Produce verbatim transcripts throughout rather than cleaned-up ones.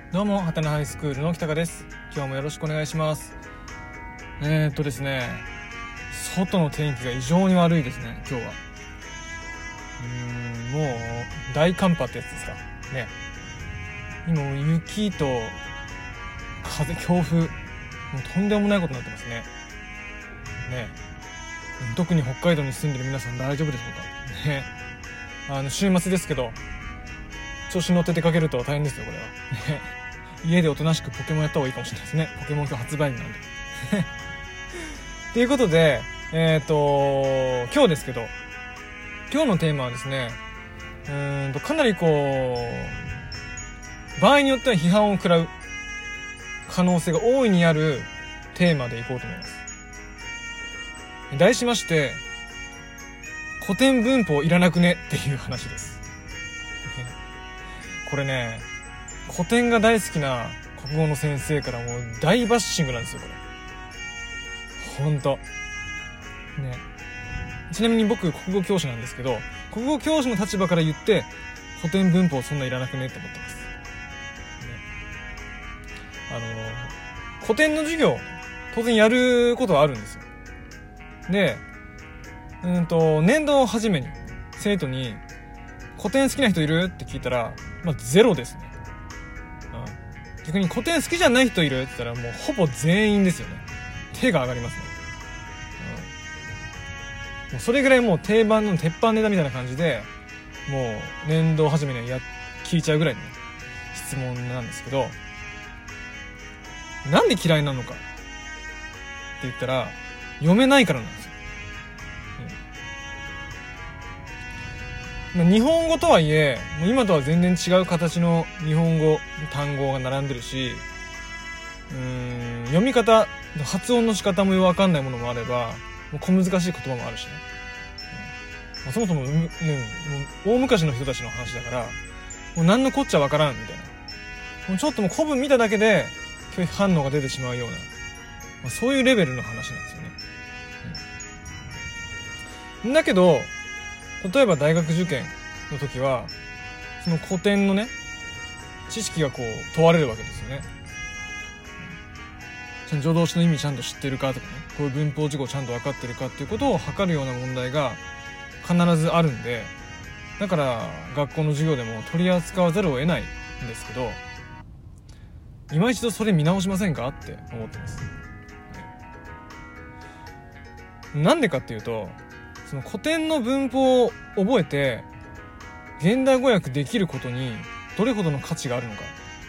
どうも、はたなハイスクールの北川です。今日もよろしくお願いします。えーっとですね外の天気が異常に悪いですね、今日は。うーんもう大寒波ってやつですかね。今雪と風、強風、もうとんでもないことになってますね。ね特に北海道に住んでる皆さん大丈夫でしょうかね。あの週末ですけど、調子に乗って出かけると大変ですよ、これはね。家でおとなしくポケモンやった方がいいかもしれないですね。ポケモン今日発売日なんでということで、えっと今日ですけど、今日のテーマはですね、うーんとかなりこう場合によっては批判を食らう可能性が大いにあるテーマでいこうと思います。題しまして、古典文法いらなくねっていう話ですこれね、古典が大好きな国語の先生からもう大バッシングなんですよ、これ。ほんとね。ちなみに僕国語教師なんですけど、国語教師の立場から言って古典文法そんないらなくねって思ってます、ね、あの古典の授業当然やることはあるんですよ。でうんと年度初めに生徒に古典好きな人いるって聞いたら、まあゼロですね。うん、逆に古典好きじゃない人いるって言ったらもうほぼ全員ですよね。手が上がりますね。もうそれぐらいもう定番の鉄板ネタみたいな感じで、もう年度初めにはや聞いちゃうぐらいの、ね、質問なんですけど、なんで嫌いなのかって言ったら読めないからなんですよ。うん、日本語とはいえもう今とは全然違う形の日本語単語が並んでるし、うーん読み方発音の仕方もよくわかんないものもあれば、もう小難しい言葉もあるしね。うん、そもそも、ね、もう大昔の人たちの話だから、もう何のこっちゃわからんみたいな。もうちょっともう古文見ただけで拒否反応が出てしまうような、まあ、そういうレベルの話なんですよね。うん、だけど例えば大学受験の時はその古典のね知識がこう問われるわけですよね。助動詞の意味ちゃんと知ってるかとかね、こういう文法事項ちゃんと分かってるかっていうことを測るような問題が必ずあるんで、だから学校の授業でも取り扱わざるを得ないんですけど、今一度それ見直しませんかって思ってます。なんでかっていうと、その古典の文法を覚えて現代語訳できることにどれほどの価値があるのか。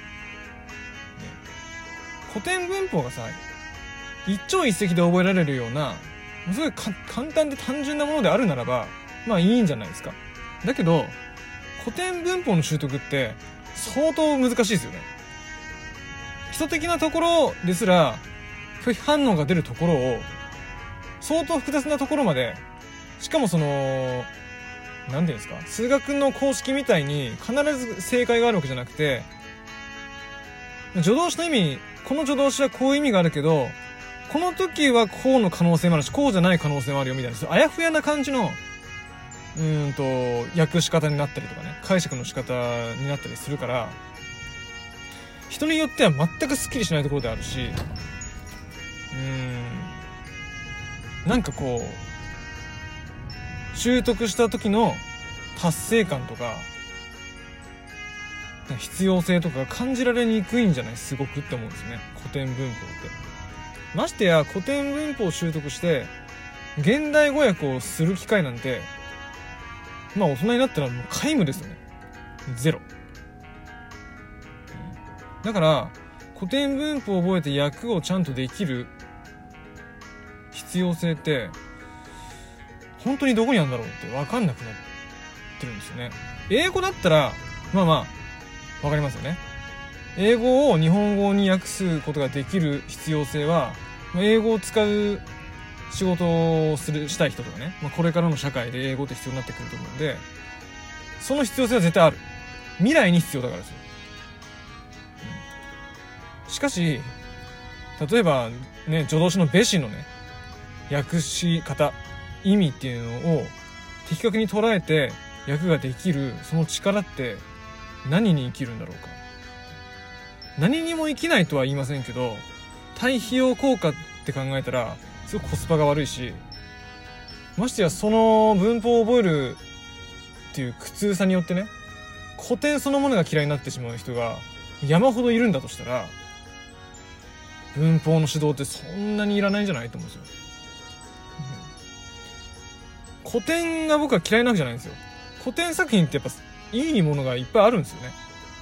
古典文法がさ、一朝一夕で覚えられるようなすごい簡単で単純なものであるならばまあいいんじゃないですか。だけど古典文法の習得って相当難しいですよね。基礎的なところですら拒否反応が出るところを相当複雑なところまで、しかもその何ていうんですか、数学の公式みたいに必ず正解があるわけじゃなくて、助動詞の意味、この助動詞はこういう意味があるけどこの時はこうの可能性もあるしこうじゃない可能性もあるよみたいな、そうあやふやな感じのうーんと訳し方になったりとかね、解釈の仕方になったりするから、人によっては全くスッキリしないところであるし、うーんなんかこう習得した時の達成感とか必要性とかが感じられにくいんじゃない、すごくって思うんですよね、古典文法って。ましてや古典文法を習得して現代語訳をする機会なんて、まあ大人になったらもう皆無ですよね。ゼロ。だから古典文法を覚えて訳をちゃんとできる必要性って本当にどこにあるんだろうって分かんなくなってるんですよね。英語だったらまあまあ分かりますよね。英語を日本語に訳すことができる必要性は、英語を使う仕事をするしたい人とかね、まあ、これからの社会で英語って必要になってくると思うんで、その必要性は絶対ある。未来に必要だからですよ。うん、しかし例えばね、助動詞のべしのね訳し方、意味っていうのを的確に捉えて訳ができるその力って何に生きるんだろうか。 何にも生きないとは言いませんけど、対費用効果って考えたらすごくコスパが悪いし、ましてやその文法を覚えるっていう苦痛さによってね、古典そのものが嫌いになってしまう人が山ほどいるんだとしたら、文法の指導ってそんなにいらないんじゃないと思うんですよ。古典が僕は嫌いなわけじゃないんですよ。古典作品ってやっぱいいものがいっぱいあるんですよね。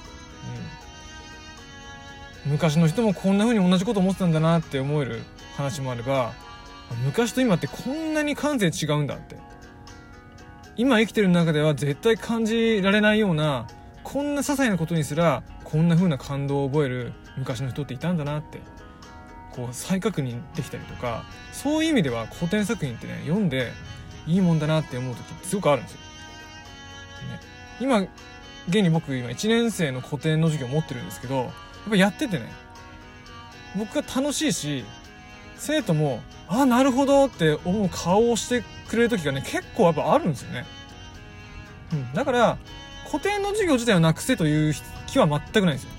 うん、昔の人もこんな風に同じこと思ってたんだなって思える話もあれば、昔と今ってこんなに感性違うんだって、今生きてる中では絶対感じられないような、こんな些細なことにすらこんな風な感動を覚える昔の人っていたんだなってこう再確認できたりとか、そういう意味では古典作品ってね、読んでいいもんだなって思う時ってすごくあるんですよ、ね、今現に僕今いちねん生の古典の授業を持ってるんですけど、やっぱやっててね、僕が楽しいし、生徒もあ、なるほどって思う顔をしてくれる時がね、結構やっぱあるんですよね。うん、だから古典の授業自体をなくせという気は全くないんですよ。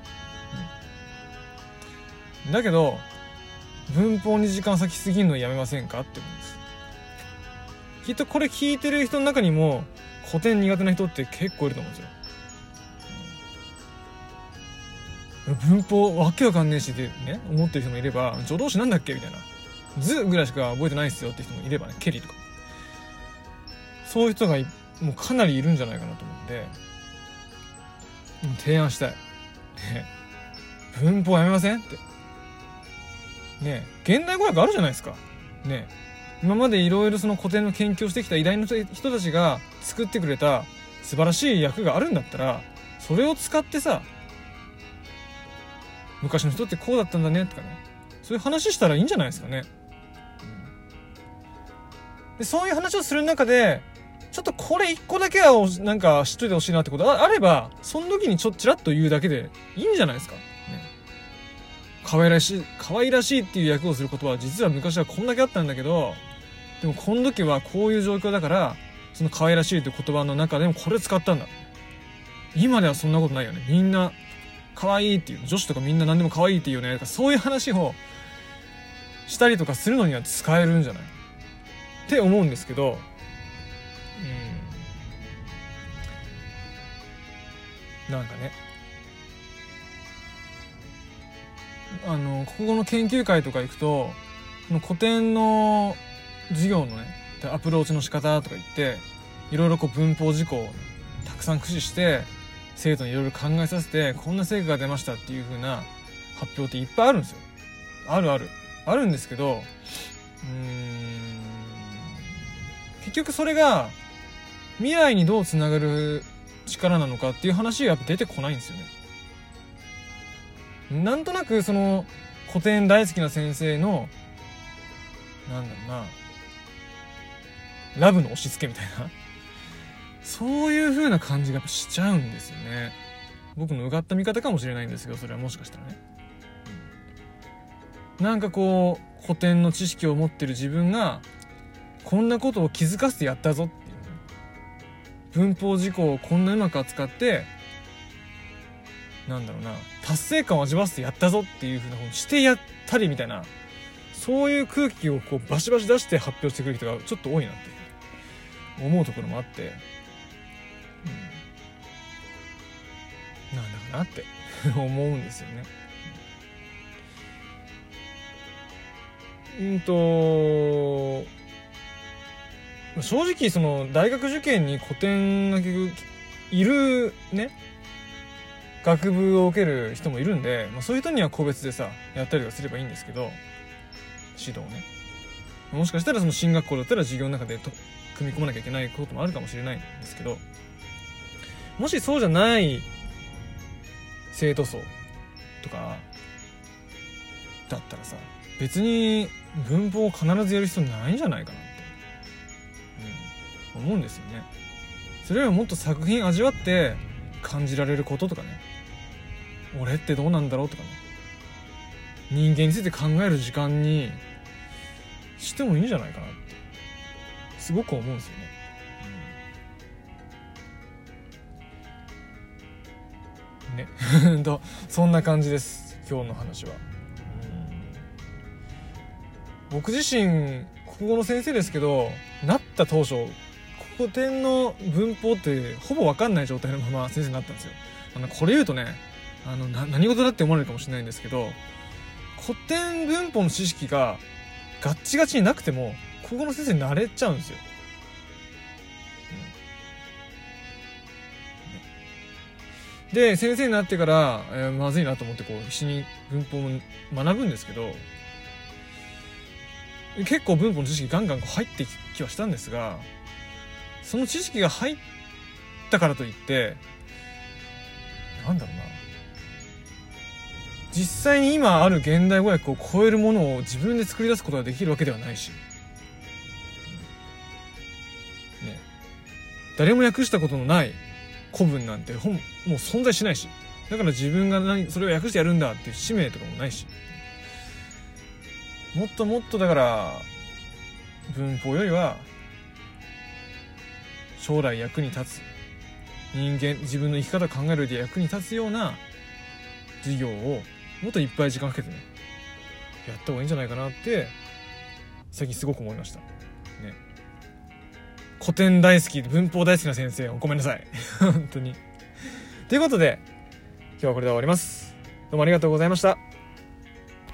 うん、だけど文法に時間割きすぎるのやめませんかって思うんです。きっとこれ聞いてる人の中にも古典苦手な人って結構いると思うんですよ。うん、文法わけわかんねえしでね思ってる人もいれば、助動詞なんだっけみたいな、図ぐらいしか覚えてないっすよって人もいればね、ケリとかそういう人がもうかなりいるんじゃないかなと思うんで、提案したい、ね、文法やめませんってね。現代語訳あるじゃないですかね。今までいろいろその古典の研究をしてきた偉大な人たちが作ってくれた素晴らしい訳があるんだったら、それを使ってさ、昔の人ってこうだったんだねとかね、そういう話したらいいんじゃないですかね。でそういう話をする中でちょっとこれ一個だけはなんか知っといてほしいなってことがあれば、その時にちょっとちらっと言うだけでいいんじゃないですか、ね、可愛らしい可愛らしいっていう訳をする言葉は実は昔はこんだけあったんだけど、でもこの時はこういう状況だから、その可愛らしいという言葉の中でもこれ使ったんだ。今ではそんなことないよね。みんな可愛いっていう、女子とかみんな何でも可愛いっていうよね。そういう話をしたりとかするのには使えるんじゃないって思うんですけど、うん、なんかね、あの国語の研究会とか行くと、古典の授業のねアプローチの仕方とか言って、いろいろこう文法事項をたくさん駆使して生徒にいろいろ考えさせて、こんな成果が出ましたっていう風な発表っていっぱいあるんですよ。あるあるあるんですけど、うーん結局それが未来にどうつながる力なのかっていう話はやっぱ出てこないんですよね。なんとなくその古典大好きな先生のなんだろうな、ラブの押し付けみたいな、そういう風な感じがやっぱしちゃうんですよね。僕のうがった見方かもしれないんですけど、それはもしかしたらね、うん、なんかこう古典の知識を持ってる自分がこんなことを気づかせてやったぞっていう、ね、文法事項をこんなうまく扱ってなんだろうな、達成感を味わわせてやったぞっていう風なことしてやったりみたいな、そういう空気をこうバシバシ出して発表してくる人がちょっと多いなって思うところもあって、うん、なんだかなって思うんですよね。うんと正直その大学受験に古典が結局いるね学部を受ける人もいるんで、まあ、そういう人には個別でさやったりとかすればいいんですけど、指導ね、もしかしたらその進学校だったら授業の中でと組み込まなきゃいけないこともあるかもしれないんですけど、もしそうじゃない生徒層とかだったらさ、別に文法を必ずやる必要ないんじゃないかなって、うん、思うんですよね。それよりももっと作品味わって感じられることとかね、俺ってどうなんだろうとかね、人間について考える時間にしてもいいんじゃないかなってすごく思うんですよね。 ねとそんな感じです今日の話は。僕自身国語の先生ですけど、なった当初古典の文法ってほぼ分かんない状態のまま先生になったんですよ。あのこれ言うとね、あのな何事だって思われるかもしれないんですけど、古典文法の知識がガッチガチになくても国語の先生になれちゃうんですよ。で先生になってから、えー、まずいなと思ってこう必死に文法も学ぶんですけど、結構文法の知識ガンガンこう入ってきはしたんですが、その知識が入ったからといってなんだろうな、実際に今ある現代語訳を超えるものを自分で作り出すことができるわけではないし、ね、誰も訳したことのない古文なんて本もう存在しないし、だから自分が何それを訳してやるんだっていう使命とかもないし、もっともっとだから文法よりは将来役に立つ、人間自分の生き方を考える上で役に立つような授業をもっといっぱい時間かけてねやった方がいいんじゃないかなって最近すごく思いましたね。古典大好き文法大好きな先生ごめんなさい本当に。ということで今日はこれで終わります。どうもありがとうございました。